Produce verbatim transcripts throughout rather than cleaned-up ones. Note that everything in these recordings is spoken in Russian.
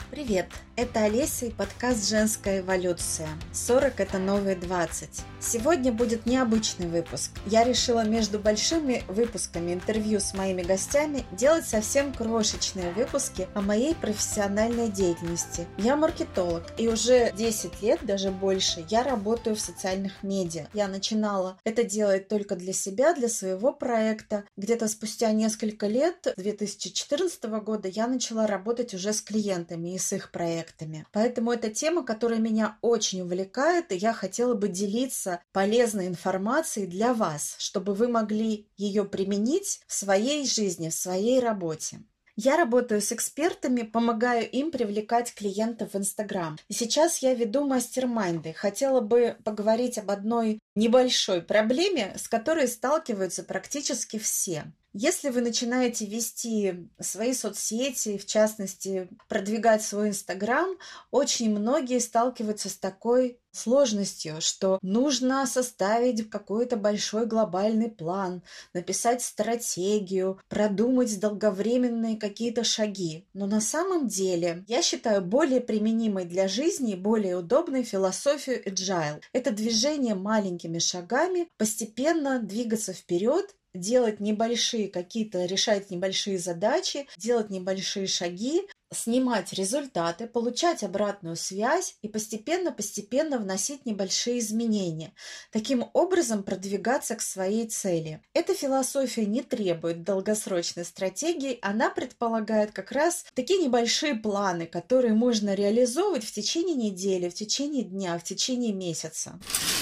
Привет! Это Олеся и подкаст «Женская эволюция». сорок – это новые двадцать. Сегодня будет необычный выпуск. Я решила между большими выпусками интервью с моими гостями делать совсем крошечные выпуски о моей профессиональной деятельности. Я маркетолог, и уже десять лет, даже больше, я работаю в социальных медиа. Я начинала это делать только для себя, для своего проекта. Где-то спустя несколько лет, две тысячи четырнадцатого года, я начала работать уже с клиентами и с их проектами. Поэтому это тема, которая меня очень увлекает, и я хотела бы делиться полезной информацией для вас, чтобы вы могли ее применить в своей жизни, в своей работе. Я работаю с экспертами, помогаю им привлекать клиентов в Инстаграм. И сейчас я веду мастер-майнды. Хотела бы поговорить об одной небольшой проблеме, с которой сталкиваются практически все. Если вы начинаете вести свои соцсети, в частности, продвигать свой Инстаграм, очень многие сталкиваются с такой сложностью, что нужно составить какой-то большой глобальный план, написать стратегию, продумать долговременные какие-то шаги. Но на самом деле я считаю более применимой для жизни и более удобной философию Agile. Это движение маленькими шагами, постепенно двигаться вперед, делать небольшие какие-то, решать небольшие задачи, делать небольшие шаги, снимать результаты, получать обратную связь и постепенно-постепенно вносить небольшие изменения. Таким образом продвигаться к своей цели. Эта философия не требует долгосрочной стратегии, она предполагает как раз такие небольшие планы, которые можно реализовывать в течение недели, в течение дня, в течение месяца.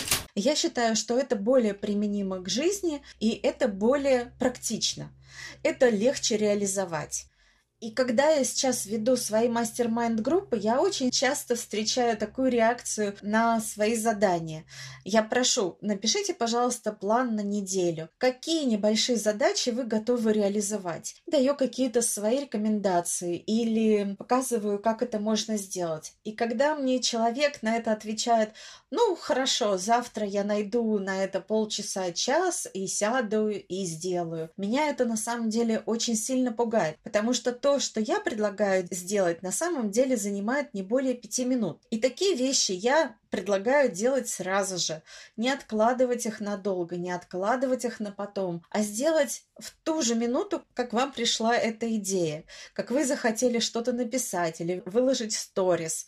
Я считаю, что это более применимо к жизни, и это более практично. Это легче реализовать. И когда я сейчас веду свои мастер-майнд-группы, я очень часто встречаю такую реакцию на свои задания. Я прошу, напишите, пожалуйста, план на неделю. Какие небольшие задачи вы готовы реализовать? Даю какие-то свои рекомендации или показываю, как это можно сделать. И когда мне человек на это отвечает: ну, хорошо, завтра я найду на это полчаса, час и сяду и сделаю. Меня это на самом деле очень сильно пугает, потому что то, что я предлагаю сделать, на самом деле занимает не более пяти минут. И такие вещи я предлагаю делать сразу же. Не откладывать их надолго, не откладывать их на потом, а сделать в ту же минуту, как вам пришла эта идея, как вы захотели что-то написать или выложить в сторис.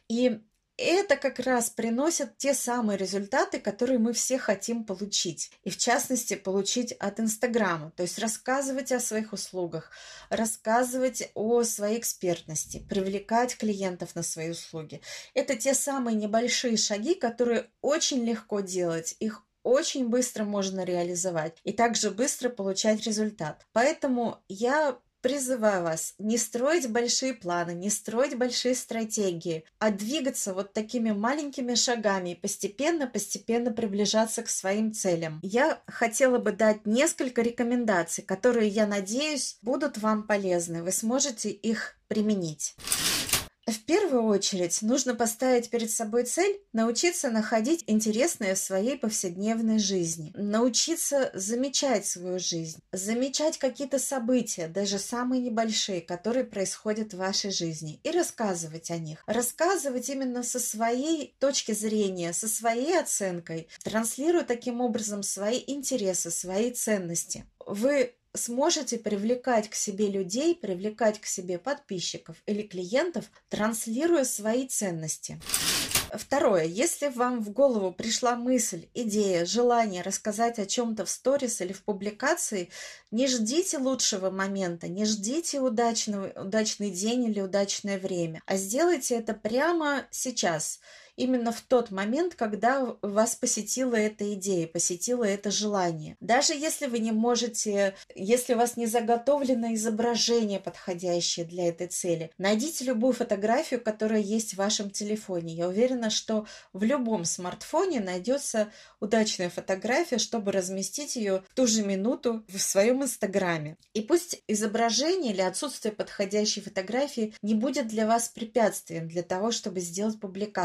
И это как раз приносит те самые результаты, которые мы все хотим получить. И в частности, получить от Инстаграма. То есть рассказывать о своих услугах, рассказывать о своей экспертности, привлекать клиентов на свои услуги. Это те самые небольшие шаги, которые очень легко делать. Их очень быстро можно реализовать и также быстро получать результат. Поэтому я призываю вас не строить большие планы, не строить большие стратегии, а двигаться вот такими маленькими шагами и постепенно-постепенно приближаться к своим целям. Я хотела бы дать несколько рекомендаций, которые, я надеюсь, будут вам полезны. Вы сможете их применить. В первую очередь нужно поставить перед собой цель научиться находить интересное в своей повседневной жизни, научиться замечать свою жизнь, замечать какие-то события, даже самые небольшие, которые происходят в вашей жизни, и рассказывать о них. Рассказывать именно со своей точки зрения, со своей оценкой, транслируя таким образом свои интересы, свои ценности. Вы сможете привлекать к себе людей, привлекать к себе подписчиков или клиентов, транслируя свои ценности. Второе. Если вам в голову пришла мысль, идея, желание рассказать о чем-то в сторис или в публикации, не ждите лучшего момента, не ждите удачного, удачный день или удачное время, а сделайте это прямо сейчас. Именно в тот момент, когда вас посетила эта идея, посетило это желание. Даже если вы не можете, если у вас не заготовлено изображение, подходящее для этой цели, найдите любую фотографию, которая есть в вашем телефоне. Я уверена, что в любом смартфоне найдется удачная фотография, чтобы разместить ее в ту же минуту в своем Инстаграме. И пусть изображение или отсутствие подходящей фотографии не будет для вас препятствием для того, чтобы сделать публикацию,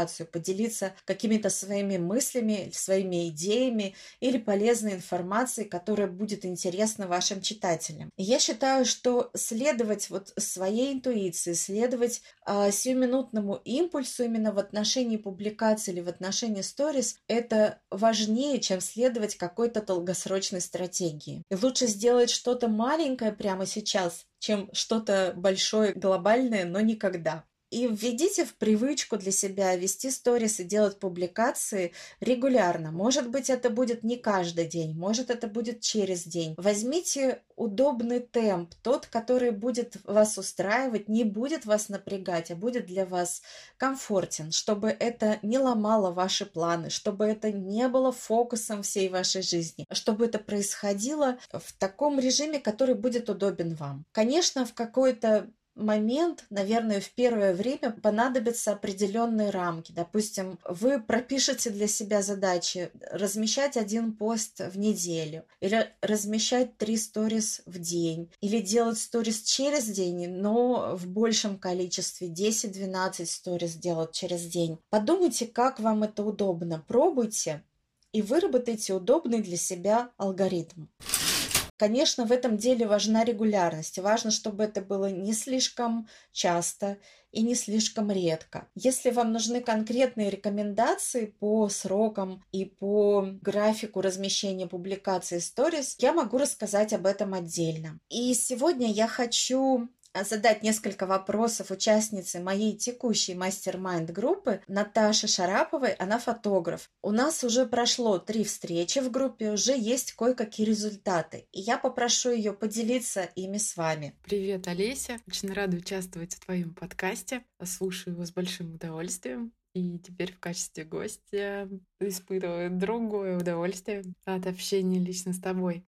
поделиться какими-то своими мыслями, своими идеями или полезной информацией, которая будет интересна вашим читателям. И я считаю, что следовать вот своей интуиции, следовать а, сиюминутному импульсу именно в отношении публикации или в отношении сторис, это важнее, чем следовать какой-то долгосрочной стратегии. И лучше сделать что-то маленькое прямо сейчас, чем что-то большое, глобальное, но никогда. И введите в привычку для себя вести сторис и делать публикации регулярно. Может быть, это будет не каждый день, может, это будет через день. Возьмите удобный темп, тот, который будет вас устраивать, не будет вас напрягать, а будет для вас комфортен, чтобы это не ломало ваши планы, чтобы это не было фокусом всей вашей жизни, чтобы это происходило в таком режиме, который будет удобен вам. Конечно, в какой-то момент, наверное, в первое время понадобятся определенные рамки. Допустим, вы пропишете для себя задачи размещать один пост в неделю, или размещать три сторис в день, или делать сторис через день, но в большем количестве, десять-двенадцать сторис делать через день. Подумайте, как вам это удобно, пробуйте и выработайте удобный для себя алгоритм. Конечно, в этом деле важна регулярность. Важно, чтобы это было не слишком часто и не слишком редко. Если вам нужны конкретные рекомендации по срокам и по графику размещения публикаций сторис, я могу рассказать об этом отдельно. И сегодня я хочу задать несколько вопросов участнице моей текущей мастер-майнд группы Наташе Шараповой, она фотограф. У нас уже прошло три встречи в группе, уже есть кое-какие результаты, и я попрошу ее поделиться ими с вами. Привет, Олеся, очень рада участвовать в твоем подкасте, слушаю его с большим удовольствием. И теперь в качестве гостя испытываю другое удовольствие от общения лично с тобой.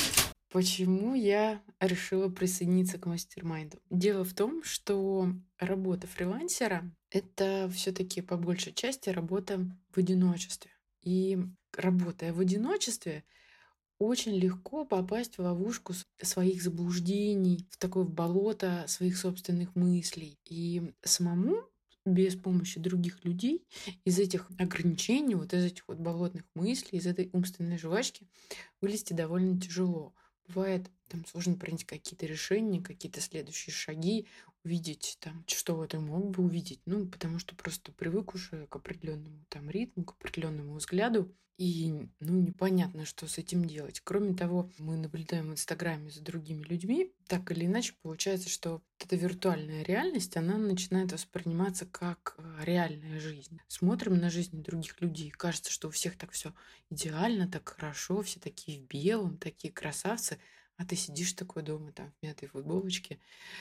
Почему я решила присоединиться к мастер-майнду? Дело в том, что работа фрилансера — это все-таки по большей части работа в одиночестве. И работая в одиночестве, очень легко попасть в ловушку своих заблуждений, в такое болото своих собственных мыслей. И самому без помощи других людей из этих ограничений, вот из этих вот болотных мыслей, из этой умственной жвачки вылезти довольно тяжело. Бывает, там сложно принять какие-то решения, какие-то следующие шаги, увидеть там, что ты мог бы увидеть. Ну, потому что просто привык уже к определенному там ритму, к определенному взгляду. И, ну, непонятно, что с этим делать. Кроме того, мы наблюдаем в Инстаграме за другими людьми. Так или иначе, получается, что вот эта виртуальная реальность, она начинает восприниматься как реальная жизнь. Смотрим на жизнь других людей. Кажется, что у всех так все идеально, так хорошо, все такие в белом, такие красавцы. А ты сидишь такой дома, там, в мятой футболочке,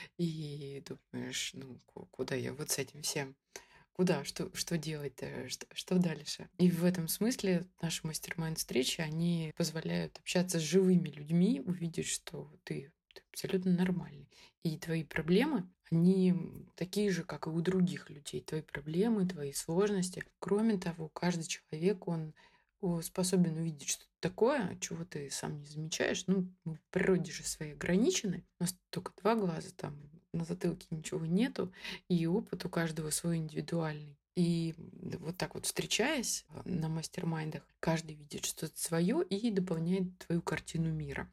и думаешь, ну, куда я вот с этим всем? Куда? Что, что делать-то? Что, что дальше? И в этом смысле наши мастер-майнд-встречи, они позволяют общаться с живыми людьми, увидеть, что ты, ты абсолютно нормальный. И твои проблемы, они такие же, как и у других людей. Твои проблемы, твои сложности. Кроме того, каждый человек, он способен увидеть что-то такое, чего ты сам не замечаешь. Ну, мы в природе же своей ограничены. У нас только два глаза, там на затылке ничего нету, и опыт у каждого свой индивидуальный. И вот так вот встречаясь на мастер-майндах, каждый видит что-то свое и дополняет твою картину мира.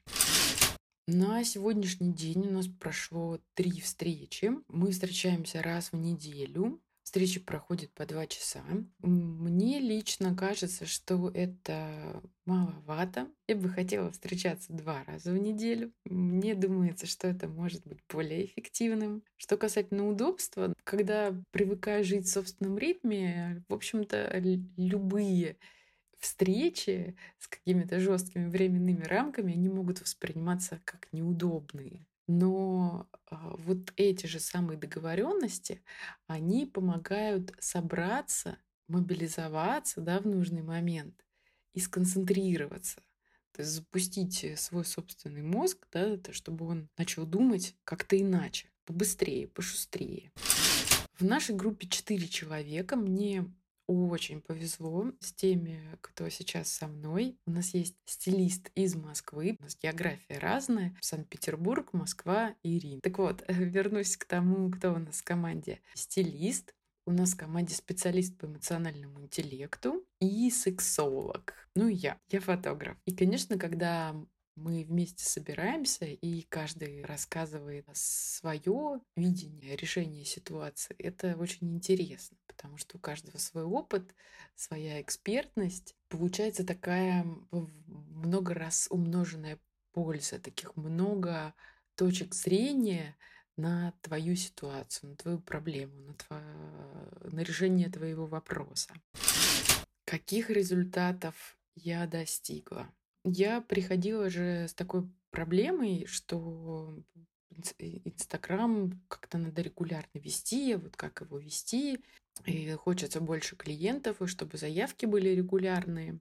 На сегодняшний день у нас прошло три встречи. Мы встречаемся раз в неделю. Встречи проходят по два часа. Мне лично кажется, что это маловато. Я бы хотела встречаться два раза в неделю. Мне думается, что это может быть более эффективным. Что касательно удобства, когда привыкаешь жить в собственном ритме, в общем-то, любые встречи с какими-то жесткими временными рамками, они могут восприниматься как неудобные. Но а, вот эти же самые договоренности, они помогают собраться, мобилизоваться, да, в нужный момент и сконцентрироваться. То есть запустить свой собственный мозг, да, чтобы он начал думать как-то иначе, побыстрее, пошустрее. В нашей группе четыре человека. Мне очень повезло с теми, кто сейчас со мной. У нас есть стилист из Москвы. У нас география разная. Санкт-Петербург, Москва и Рим. Так вот, вернусь к тому, кто у нас в команде. Стилист. У нас в команде специалист по эмоциональному интеллекту и сексолог. Ну и я. Я фотограф. И, конечно, когда мы вместе собираемся, и каждый рассказывает свое видение решения ситуации, это очень интересно, потому что у каждого свой опыт, своя экспертность. Получается такая в много раз умноженная польза, таких много точек зрения на твою ситуацию, на твою проблему, на, тво... на решение твоего вопроса. Каких результатов я достигла? Я приходила же с такой проблемой, что Инстаграм как-то надо регулярно вести, вот как его вести, и хочется больше клиентов, и чтобы заявки были регулярные.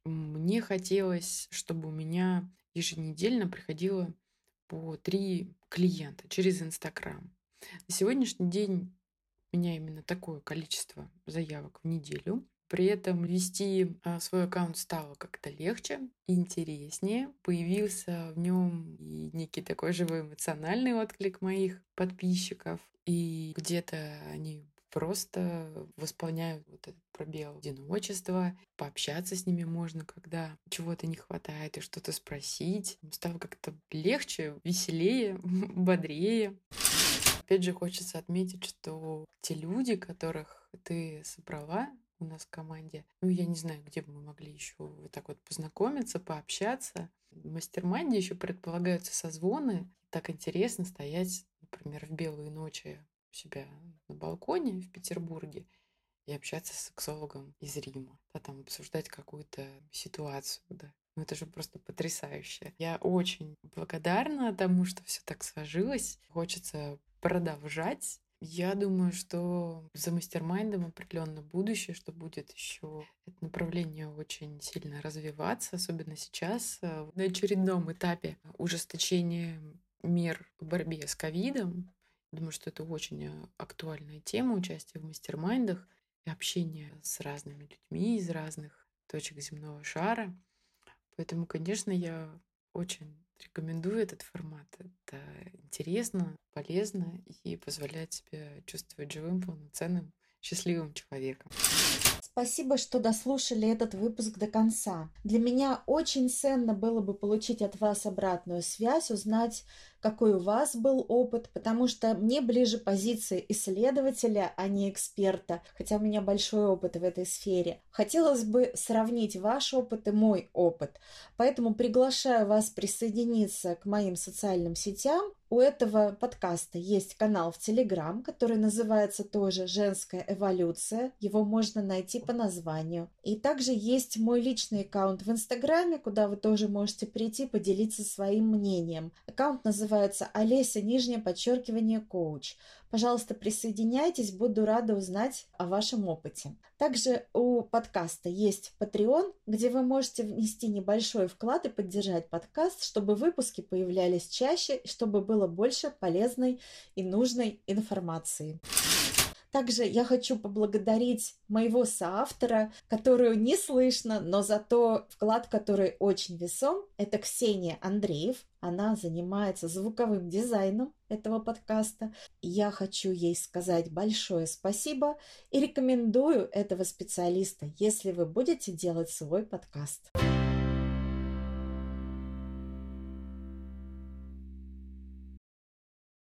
Мне хотелось, чтобы у меня еженедельно приходило по три клиента через Инстаграм. На сегодняшний день у меня именно такое количество заявок в неделю. При этом вести свой аккаунт стало как-то легче, интереснее. Появился в нем и некий такой живой эмоциональный отклик моих подписчиков. И где-то они просто восполняют вот этот пробел одиночества. Пообщаться с ними можно, когда чего-то не хватает, и что-то спросить. Стало как-то легче, веселее, бодрее. Опять же, хочется отметить, что те люди, которых ты собрала у нас в команде, ну, я не знаю, где бы мы могли еще вот так вот познакомиться, пообщаться. В мастер-майнде еще предполагаются созвоны. Так интересно стоять, например, в белые ночи у себя на балконе в Петербурге и общаться с сексологом из Рима, да, там обсуждать какую-то ситуацию, да. Ну, это же просто потрясающе. Я очень благодарна тому, что все так сложилось. Хочется продолжать. Я думаю, что за мастер-майндом определенно будущее, что будет еще это направление очень сильно развиваться, особенно сейчас, на очередном этапе ужесточения мер по борьбе с ковидом. Думаю, что это очень актуальная тема, участие в мастер-майндах и общение с разными людьми из разных точек земного шара. Поэтому, конечно, я очень рекомендую этот формат. Это интересно, полезно и позволяет себе чувствовать живым, полноценным, счастливым человеком. Спасибо, что дослушали этот выпуск до конца. Для меня очень ценно было бы получить от вас обратную связь, узнать, какой у вас был опыт, потому что мне ближе позиция исследователя, а не эксперта, хотя у меня большой опыт в этой сфере. Хотелось бы сравнить ваш опыт и мой опыт, поэтому приглашаю вас присоединиться к моим социальным сетям. У этого подкаста есть канал в Телеграм, который называется тоже «Женская эволюция». Его можно найти по названию. И также есть мой личный аккаунт в Инстаграме, куда вы тоже можете прийти, поделиться своим мнением. Аккаунт называется Олеся, нижнее подчеркивание, коуч. Пожалуйста, присоединяйтесь, буду рада узнать о вашем опыте. Также у подкаста есть Patreon, где вы можете внести небольшой вклад и поддержать подкаст, чтобы выпуски появлялись чаще и чтобы было больше полезной и нужной информации. Также я хочу поблагодарить моего соавтора, которую не слышно, но зато вклад, который очень весом, это Ксения Андреев. Она занимается звуковым дизайном этого подкаста. Я хочу ей сказать большое спасибо и рекомендую этого специалиста, если вы будете делать свой подкаст.